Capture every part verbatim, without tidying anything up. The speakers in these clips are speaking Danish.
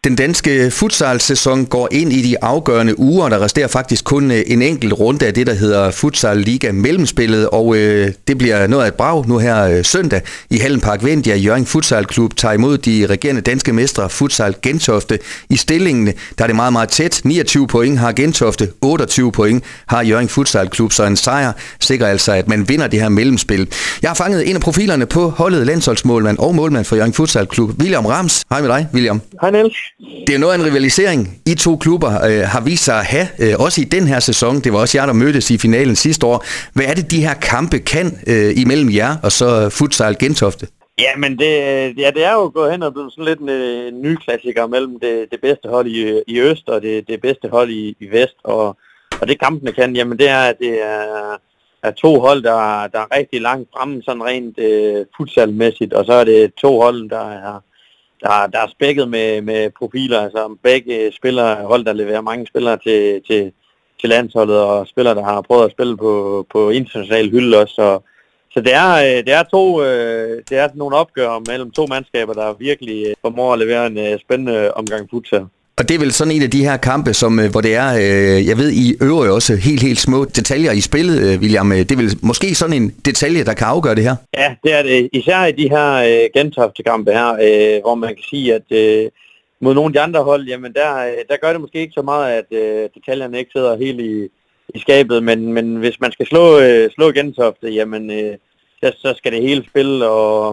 Den danske futsal-sæson går ind i de afgørende uger. Der resterer faktisk kun en enkelt runde af det, der hedder Futsal Liga mellemspillet, og øh, det bliver noget af et brag nu her øh, søndag i Hallen Park Vendia. Hjørring Futsal Klub tager imod de regerende danske mestre Futsal Gentofte. I stillingen der er det meget, meget tæt. niogtyve point har Gentofte, otteogtyve point har Hjørring Futsal Klub, så en sejr sikrer altså, at man vinder det her mellemspil. Jeg har fanget en af profilerne på holdet, landsholdsmålmand og målmand for Hjørring Futsal Klub, William Rams. Hej med dig, William. Hej Niels. Det er noget af en rivalisering, I to klubber øh, har vist sig at have, øh, også i den her sæson. Det var også jer, der mødtes i finalen sidste år. Hvad er det, de her kampe kan øh, imellem jer og så Futsal Gentofte? Ja, men det, ja, det er jo gået hen og blevet sådan lidt en, en ny klassiker mellem det, det bedste hold i, i øst og det, det bedste hold i, i vest. Og, og det kampene kan, jamen det er, at det er, er to hold, der, der er rigtig langt fremme sådan rent øh, futsalmæssigt, og så er det to hold, der er Der, der er spækket med, med profiler, altså begge spillere, hold der leverer mange spillere til, til, til landsholdet, og spillere, der har prøvet at spille på, på international hylde også. Så, så det, er, det, er to, det er nogle opgør mellem to mandskaber, der virkelig formår at levere en spændende omgang futsal. Og det er vel sådan en af de her kampe, som, hvor det er, øh, jeg ved, I øver også helt, helt små detaljer i spillet, William. Det er vel måske sådan en detalje, der kan afgøre det her? Ja, det er det. Især i de her øh, Gentofte-kampe her, øh, hvor man kan sige, at øh, mod nogle af de andre hold, jamen der, der gør det måske ikke så meget, at øh, detaljerne ikke sidder helt i, i skabet. Men, men hvis man skal slå, øh, slå Gentofte, jamen øh, så, så skal det hele spille. Og,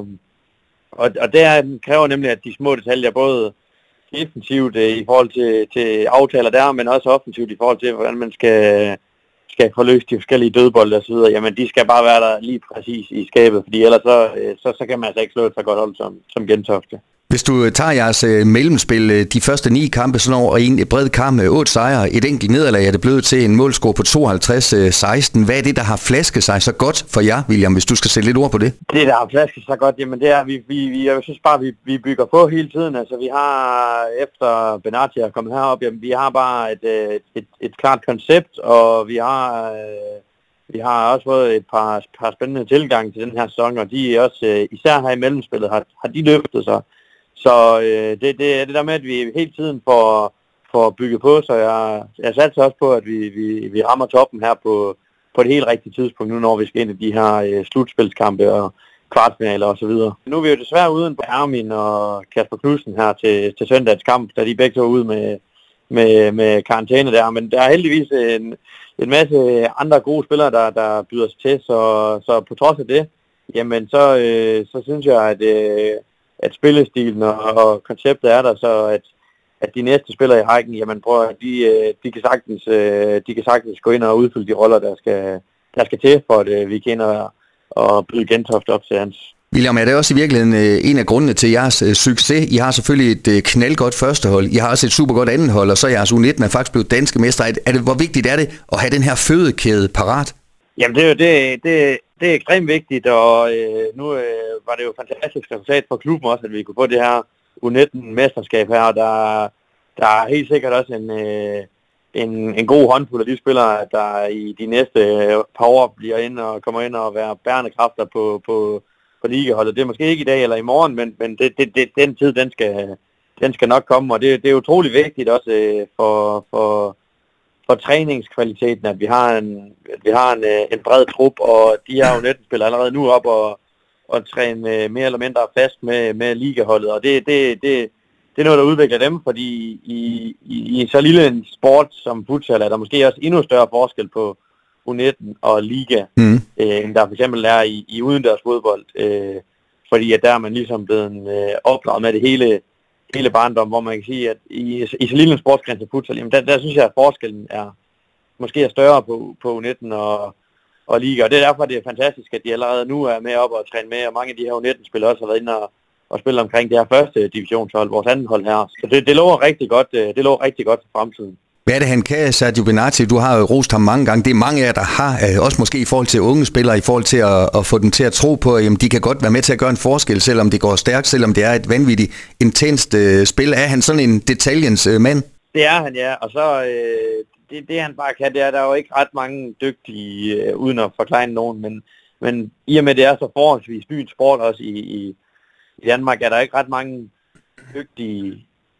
og, og det kræver nemlig, at de små detaljer både defensivt øh, i forhold til, til aftaler der, men også offensivt i forhold til, hvordan man skal, skal få løst de forskellige dødbolde og så videre. Jamen, de skal bare være der lige præcis i skabet, fordi ellers så, øh, så, så kan man altså ikke slå et så godt hold som, som Gentofte. Hvis du tager jeres øh, mellemspil, de første ni kampe sådan over i en bred kamp med otte sejre, et enkelt nederlag er det blevet til en målscore på tooghalvtreds seksten. Hvad er det, der har flasket sig så godt for jer, William, hvis du skal sætte lidt ord på det? Det, der har flasket sig godt, jamen det er, at vi, vi, vi, jeg synes bare, vi, vi bygger på hele tiden. Altså vi har, efter Benati er kommet herop, jamen vi har bare et, et, et, et klart koncept, og vi har... Øh, Vi har også fået et par, par spændende tilgange til den her sæson, og de er også, især her i mellemspillet, har, har de løftet sig. Så øh, det, det er det der med, at vi hele tiden får, får bygget på, så jeg, jeg satser også på, at vi, vi, vi rammer toppen her på, på det helt rigtige tidspunkt, nu når vi skal ind i de her øh, slutspilskampe og kvartfinaler og så videre. Nu er vi jo desværre uden på Ermin og Kasper Knudsen her til, til søndagens kamp, da de begge to er ude med, med, med karantæne der, men der er heldigvis en, en masse andre gode spillere, der, der byder sig til, så, så på trods af det, jamen så, øh, så synes jeg, at øh, at spillestilen og, og konceptet er der, så at, at de næste spillere i rækken, jamen prøv at de, de, kan sagtens, de kan sagtens gå ind og udfylde de roller, der skal, der skal til, for at vi kan ind og, og byde Gentofte op til hans. William, er det også i virkeligheden en af grundene til jeres succes? I har selvfølgelig et knaldgodt førstehold, I har også et super godt andet hold, og så jeres U nitten er faktisk blevet danske mestre. Er det, hvor vigtigt er det at have den her fødekæde parat? Jamen det er jo det, det, det er ekstremt vigtigt, og øh, nu øh, var det jo fantastisk resultat for klubben også, at vi kunne få det her U nitten mesterskab her, og der, der er helt sikkert også en, øh, en, en god håndfuld af de spillere, der i de næste par år bliver ind og kommer ind og være bærende kræfter på, på, på ligaholdet. Det er måske ikke i dag eller i morgen, men, men det, det, det, den tid, den skal, den skal nok komme, og det, det er utrolig vigtigt også øh, for, for for træningskvaliteten, at vi har en, at vi har en, en bred trup, og de her U nitten spiller allerede nu op og, og træne mere eller mindre fast med, med ligaholdet, og det, det, det, det er noget, der udvikler dem, fordi i, i, i så lille en sport som futsal er der måske også endnu større forskel på U nitten og liga, mm. øh, end der for eksempel er i, i udendørs fodbold, øh, fordi at der er man ligesom blevet øh, opdraget med det hele hele barndom, hvor man kan sige, at i, i så lille en sportsgren til futsal, jamen der, der synes jeg, at forskellen er måske er større på, på U nitten og, og liga, og det er derfor, det er fantastisk, at de allerede nu er med op og træne med, og mange af de her U nitten-spillere også har været inde og, og spille omkring det her første divisionshold, vores anden hold her. Så det, det lover rigtig godt, det lover rigtig godt for fremtiden. Hvad er det, han kan, Sergio Benati? Du har jo rost ham mange gange. Det er mange af jer, der har, også måske i forhold til unge spillere, i forhold til at, at få dem til at tro på, at jamen, de kan godt være med til at gøre en forskel, selvom det går stærkt, selvom det er et vanvittigt intenst uh, spil. Er han sådan en detaljens uh, mand? Det er han, ja. Og så øh, det, det han bare kan, det er, der er jo ikke ret mange dygtige, øh, uden at forklare nogen, men, men i og med det er så forholdsvis ny sport også i, i, i Danmark, er der ikke ret mange dygtige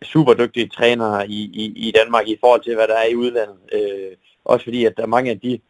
super dygtige trænere i, i, i Danmark i forhold til, hvad der er i udlandet. Øh, også fordi, at der er mange af de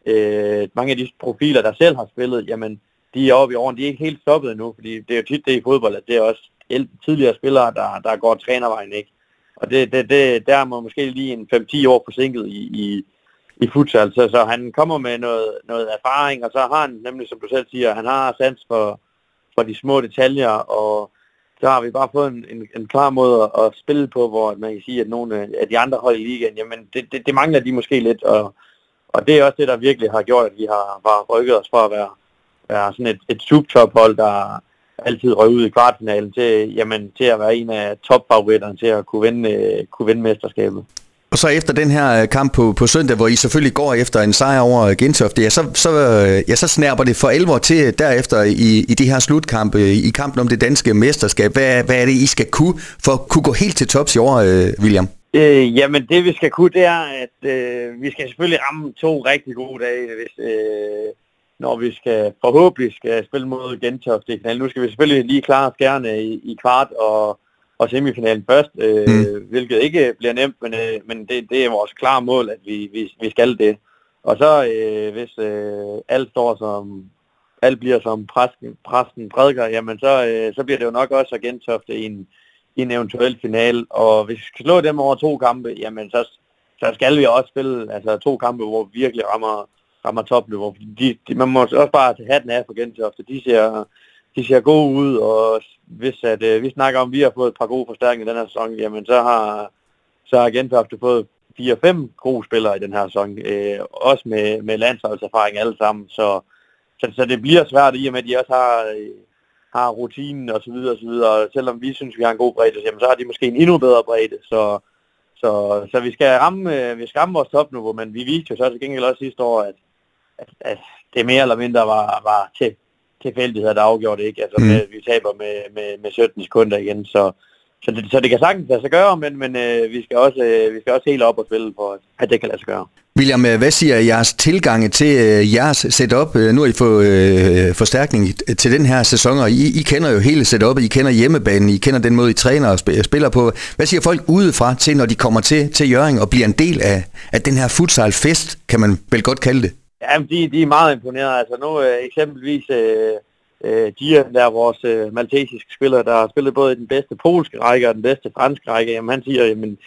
øh, mange af de profiler, der selv har spillet, jamen, de er oppe i årene, de er ikke helt stoppet endnu, fordi det er jo tit det i fodbold, at det er også tidligere spillere, der, der går trænervejen, ikke? Og det, det, det, der er man måske lige en fem til ti år forsinket i, i, i futsal, så, så han kommer med noget, noget erfaring, og så har han nemlig, som du selv siger, han har sans for, for de små detaljer, og så har vi bare fået en, en, en klar måde at spille på, hvor man kan sige, at nogle af de andre hold i ligaen, jamen det, det, det mangler de måske lidt, og, og det er også det, der virkelig har gjort, at vi har bare rykket os fra at være, være sådan et, et subtop-hold, der altid røg ud i kvartfinalen, til, jamen, til at være en af topfavoritterne til at kunne vinde, kunne vinde mesterskabet. Og så efter den her kamp på, på søndag, hvor I selvfølgelig går efter en sejr over Gentofte, ja, så, så, ja, så snærper det for alvor til derefter i, i de her slutkampe, i kampen om det danske mesterskab. Hvad, hvad er det, I skal kunne for at kunne gå helt til tops i år, William? Øh, jamen det vi skal kunne, det er, at øh, vi skal selvfølgelig ramme to rigtig gode dage, hvis, øh, når vi skal forhåbentlig skal spille mod Gentofte i finalen. Nu skal vi selvfølgelig lige klare skærene i, i kvart og og semifinalen først, øh, mm. hvilket ikke bliver nemt, men, øh, men det, det er vores klare mål, at vi, vi, vi skal det. Og så øh, hvis øh, alt står som, alt bliver som præsten, præsten prædiker, jamen så, øh, så bliver det jo nok også at Gentofte i en, i en eventuel finale. Og hvis vi skal slå dem over to kampe, jamen så, så skal vi også spille altså, to kampe, hvor vi virkelig rammer, rammer topniveau. De, de, man må også bare tage hatten af for Gentofte. De ser... De ser gode ud, og hvis at, øh, vi snakker om, at vi har fået et par gode forstærkninger i den her sæson, jamen så har, så har Gentofte fået fire fem gode spillere i den her sæson. Øh, også med, med landsholdserfaring alle sammen. Så, så, så det bliver svært i og med, at de også har, øh, har rutinen og så videre og så videre. Og selvom vi synes, vi har en god bredde, jamen, så har de måske en endnu bedre bredde. Så, så, så vi skal ramme, øh, vi skal ramme vores topniveau, men vi viste jo så til gengæld også sidste år, at, at, at det mere eller mindre var, var til tilfældigheder, der afgjorde det, ikke? Altså, med, mm. vi taber med, med, med sytten sekunder igen, så, så, det, så det kan sagtens lade sig gøre, men, men øh, vi, skal også, øh, vi skal også helt op og spille for, at det kan lade sig gøre. William, hvad siger jeres tilgange til øh, jeres setup? Nu har I fået øh, forstærkning til den her sæson, og I, I kender jo hele setupet, I kender hjemmebanen, I kender den måde, I træner og spiller på. Hvad siger folk udefra til, når de kommer til, til Hjørring og bliver en del af, af den her futsal-fest, kan man vel godt kalde det? Jamen, de, de er meget imponerede. Altså nu øh, eksempelvis øh, øh, Gian, der er vores øh, maltesiske spiller, der har spillet både i den bedste polske række og den bedste franske række. Jamen han siger, jamen,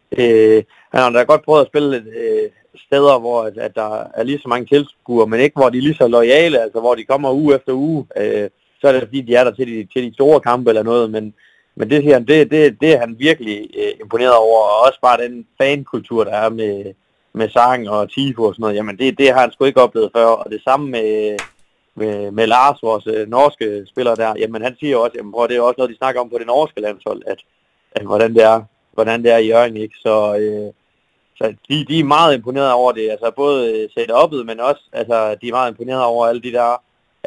øh, han har da godt prøvet at spille øh, steder, hvor at, at der er lige så mange tilskuere, men ikke hvor de er lige så loyale, altså hvor de kommer uge efter uge. Øh, så er det fordi, de er der til de, til de store kampe eller noget, men, men det siger han, det, det, det er han virkelig øh, imponeret over, og også bare den fankultur, der er med med sang og tifo og sådan noget, jamen det, det har han sgu ikke oplevet før, og det samme med, med, med Lars, vores øh, norske spiller der, jamen han siger også, jamen prøv, det er også noget, de snakker om på det norske landshold, at, at hvordan det er, hvordan det er i Hjørring, ikke, så, øh, så de, de er meget imponeret over det, altså både setup'et, men også, altså de er meget imponeret over alle de der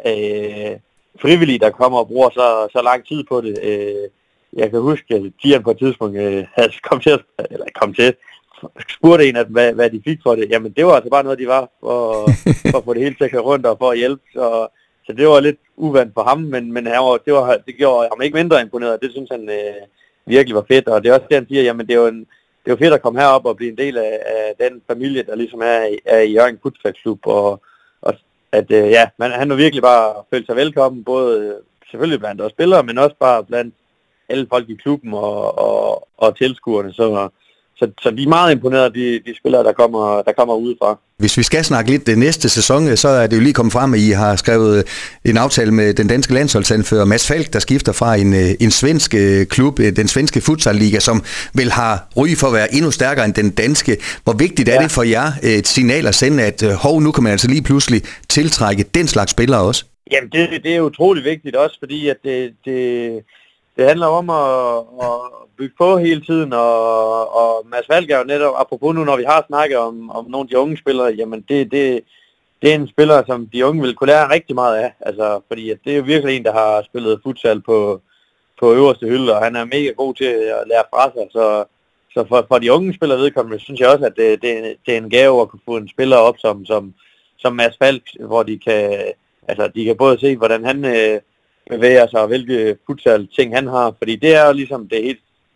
øh, frivillige, der kommer og bruger så, så lang tid på det. Øh, jeg kan huske, at Gian på et tidspunkt øh, havde kommet til, eller kom til, spurgte en af dem, hvad, hvad de fik for det. Jamen, det var altså bare noget, de var for, for at få det hele til at køre rundt og for at hjælpe. Så, så det var lidt uvandt for ham, men, men han var, det, var, det gjorde ham ikke mindre imponeret. Det synes han øh, virkelig var fedt, og det er også det, han siger, jamen, det er jo, en, det er jo fedt at komme herop og blive en del af, af den familie, der ligesom er, er i Hjørring Futsal-klub, og, og at, øh, ja, man, han har virkelig bare følt sig velkommen, både selvfølgelig blandt os spillere, men også bare blandt alle folk i klubben og, og, og tilskuerne, så Så, så de er meget imponerede, de, de spillere, der kommer, der kommer udefra. Hvis vi skal snakke lidt det næste sæson, så er det jo lige kommet frem, at I har skrevet en aftale med den danske landsholdsanfører Mads Falk, der skifter fra en, en svensk klub, den svenske futsal-liga, som vil have ry for at være endnu stærkere end den danske. Hvor vigtigt er ja. det for jer et signal at sende, at hov, nu kan man altså lige pludselig tiltrække den slags spillere også? Jamen, det, det er utrolig vigtigt også, fordi at det... det Det handler om at, at bygge på hele tiden, og, og Mads Falk er jo netop, apropos nu, når vi har snakket om, om nogle af de unge spillere, jamen det, det, det er en spiller, som de unge vil kunne lære rigtig meget af, altså fordi at det er jo virkelig en, der har spillet futsal på, på øverste hylde, og han er mega god til at lære fra sig, så, så for, for de unge spillere vedkommende, synes jeg også, at det, det, det er en gave at kunne få en spiller op som, som, som Mads Falk, hvor de kan, altså de kan både se, hvordan han bevæger sig, og hvilke futsal ting han har, fordi det er jo ligesom det helt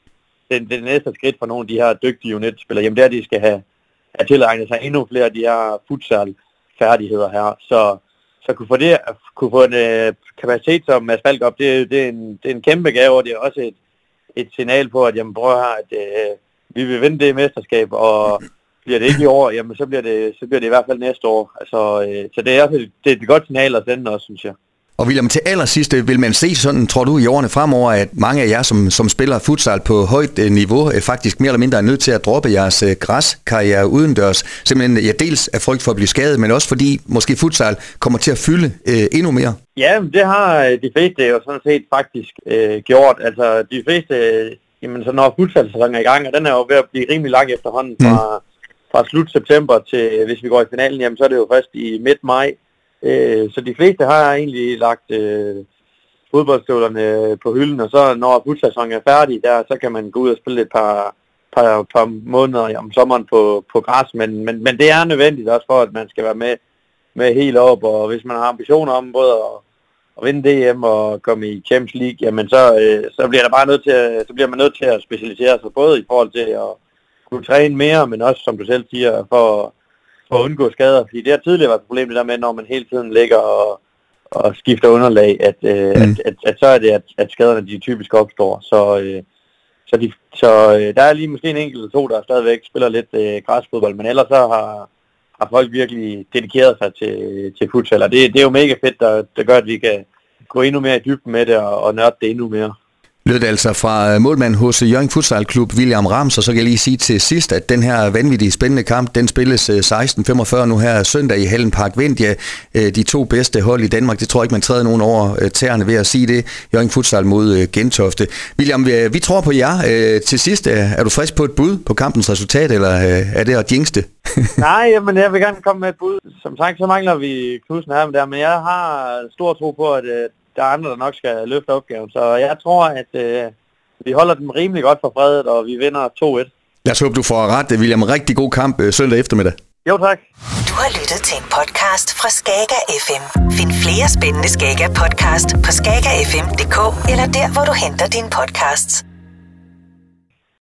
det, det næste skridt for nogle af de her dygtige U nitten-spillere, jamen det er, at de skal have, have tilegnet sig endnu flere af de her futsal-færdigheder her. Så, så kunne få, det, kunne få en øh, kapacitet som Mads Falk op, det, det, er en, det er en kæmpe gave, og det er også et, et signal på, at jamen, prøv her, at øh, vi vil vinde det mesterskab, og bliver det ikke i år, jamen så bliver det, så bliver det i hvert fald næste år. Altså, øh, så det er, også et, det er et godt signal at sende også, synes jeg. Og William, til allersidst, vil man se sådan, tror du, i årene fremover, at mange af jer, som, som spiller futsal på højt niveau, faktisk mere eller mindre er nødt til at droppe jeres græskarriere udendørs, simpelthen ja, dels af frygt for at blive skadet, men også fordi måske futsal kommer til at fylde øh, endnu mere? Ja, det har de fleste jo sådan set faktisk øh, gjort. Altså de fleste, øh, jamen så når futsalsæsonen er i gang, og den er jo ved at blive rimelig lang efterhånden fra, mm. fra slut september til, hvis vi går i finalen, jamen så er det jo først i midt maj. Øh, så de fleste har egentlig lagt øh, fodboldstøvlerne på hylden, og så når futsalsæsonen er færdig, der, så kan man gå ud og spille et par, par, par måneder om sommeren på, på græs, men, men, men det er nødvendigt også for, at man skal være med, med helt op, og hvis man har ambitioner om både at, at vinde D M og komme i Champions League, jamen så, øh, så bliver der bare nødt til at, så bliver man nødt til at specialisere sig, både i forhold til at kunne træne mere, men også, som du selv siger, for for at undgå skader, fordi det har tidligere været et problem det der med, når man hele tiden ligger og, og skifter underlag, at, øh, mm. at, at, at så er det, at, at skaderne de typisk opstår. Så, øh, så, de, så øh, der er lige måske en enkelt eller to, der stadigvæk spiller lidt øh, græsfodbold, men ellers så har, har folk virkelig dedikeret sig til, til futsal, og det, det er jo mega fedt, der, der gør, at vi kan gå endnu mere i dybden med det og, og nørde det endnu mere. Lød altså fra målmand hos Hjørring Futsal Klub, William Rams, og så kan jeg lige sige til sidst, at den her vanvittige spændende kamp, den spilles seksten femogfyrre nu her søndag i Hallen Park Vindia. De to bedste hold i Danmark, det tror jeg ikke, man træder nogen over tæerne ved at sige det. Hjørring Futsal mod Gentofte. William, vi tror på jer. Til sidst, er du frisk på et bud på kampens resultat, eller er det at jinx det? Nej, men jeg vil gerne komme med et bud. Som sagt, så mangler vi Knudsen her, der, men jeg har stor tro på, at der er andre, der nok skal løfte opgaven. Så jeg tror, at øh, vi holder dem rimelig godt for fredet, og vi vinder to et. Lad os håbe, du får ret, William. Rigtig god kamp øh, søndag eftermiddag. Jo, tak. Du har lyttet til en podcast fra Skager F M. Find flere spændende Skager podcast på skager f m punktum d k eller der, hvor du henter dine podcasts.